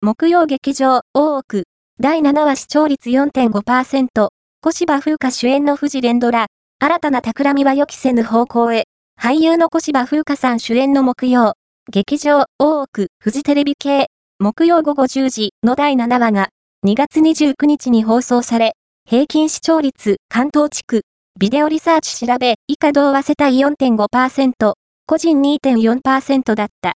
木曜劇場、大奥。第7話視聴率 4.5%。小芝風花主演のフジ連ドラ。新たな企みは予期せぬ方向へ。俳優の小芝風花さん主演の木曜。劇場、大奥、フジテレビ系。木曜午後10時の第7話が、2月29日に放送され、平均視聴率、関東地区。ビデオリサーチ調べ、以下同和世帯 4.5%。個人 2.4% だった。